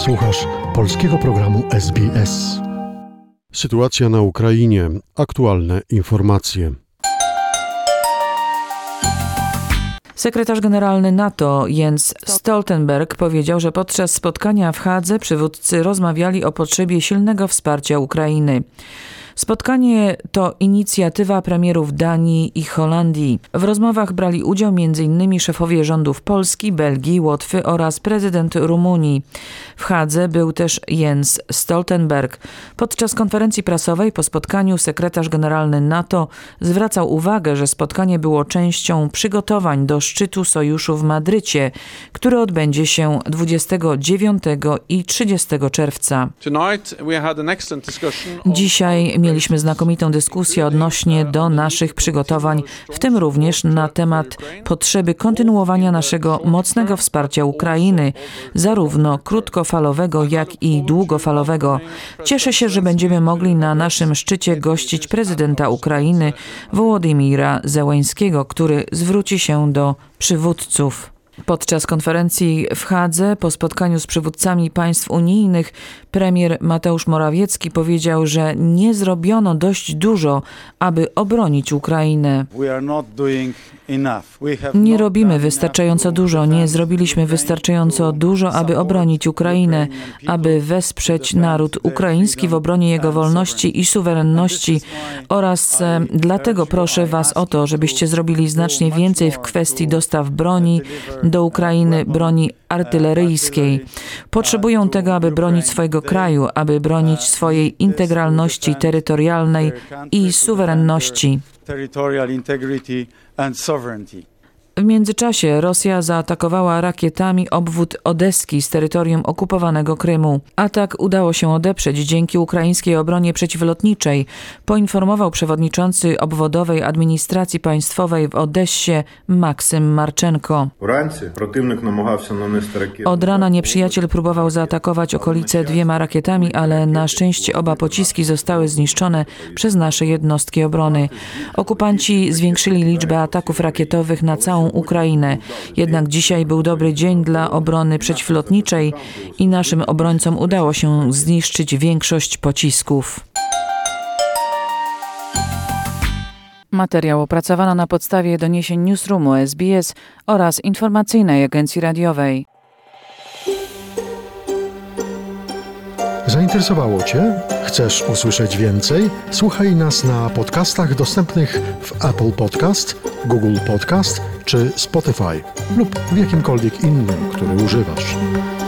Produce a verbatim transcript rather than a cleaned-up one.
Słuchasz polskiego programu S B S. Sytuacja na Ukrainie. Aktualne informacje. Sekretarz generalny NATO Jens Stoltenberg powiedział, że podczas spotkania w Hadze przywódcy rozmawiali o potrzebie silnego wsparcia Ukrainy. Spotkanie to inicjatywa premierów Danii i Holandii. W rozmowach brali udział między innymi szefowie rządów Polski, Belgii, Łotwy oraz prezydent Rumunii. W Hadze był też Jens Stoltenberg. Podczas konferencji prasowej po spotkaniu sekretarz generalny NATO zwracał uwagę, że spotkanie było częścią przygotowań do szczytu sojuszu w Madrycie, który odbędzie się dwudziestego dziewiątego i trzydziestego czerwca. Dzisiaj mieliśmy znakomitą dyskusję odnośnie do naszych przygotowań, w tym również na temat potrzeby kontynuowania naszego mocnego wsparcia Ukrainy, zarówno krótkofalowego, jak i długofalowego. Cieszę się, że będziemy mogli na naszym szczycie gościć prezydenta Ukrainy Wołodymira Zełenskiego, który zwróci się do przywódców. Podczas konferencji w Hadze po spotkaniu z przywódcami państw unijnych premier Mateusz Morawiecki powiedział, że nie zrobiono dość dużo, aby obronić Ukrainę. Nie robimy wystarczająco dużo, nie zrobiliśmy wystarczająco dużo, aby obronić Ukrainę, aby wesprzeć naród ukraiński w obronie jego wolności i suwerenności oraz e, dlatego proszę Was o to, żebyście zrobili znacznie więcej w kwestii dostaw broni do Ukrainy, broni artyleryjskiej. Potrzebują tego, aby bronić swojego kraju, aby bronić swojej integralności terytorialnej i suwerenności. W międzyczasie Rosja zaatakowała rakietami obwód odeski z terytorium okupowanego Krymu. Atak udało się odeprzeć dzięki ukraińskiej obronie przeciwlotniczej, poinformował przewodniczący obwodowej administracji państwowej w Odessie Maksym Marczenko. Od rana nieprzyjaciel próbował zaatakować okolice dwiema rakietami, ale na szczęście oba pociski zostały zniszczone przez nasze jednostki obrony. Okupanci zwiększyli liczbę ataków rakietowych na całą Ukrainę. Jednak dzisiaj był dobry dzień dla obrony przeciwlotniczej i naszym obrońcom udało się zniszczyć większość pocisków. Materiał opracowano na podstawie doniesień Newsroomu S B S oraz informacyjnej agencji radiowej. Zainteresowało Cię? Chcesz usłyszeć więcej? Słuchaj nas na podcastach dostępnych w Apple Podcast, Google Podcast czy Spotify lub w jakimkolwiek innym, który używasz.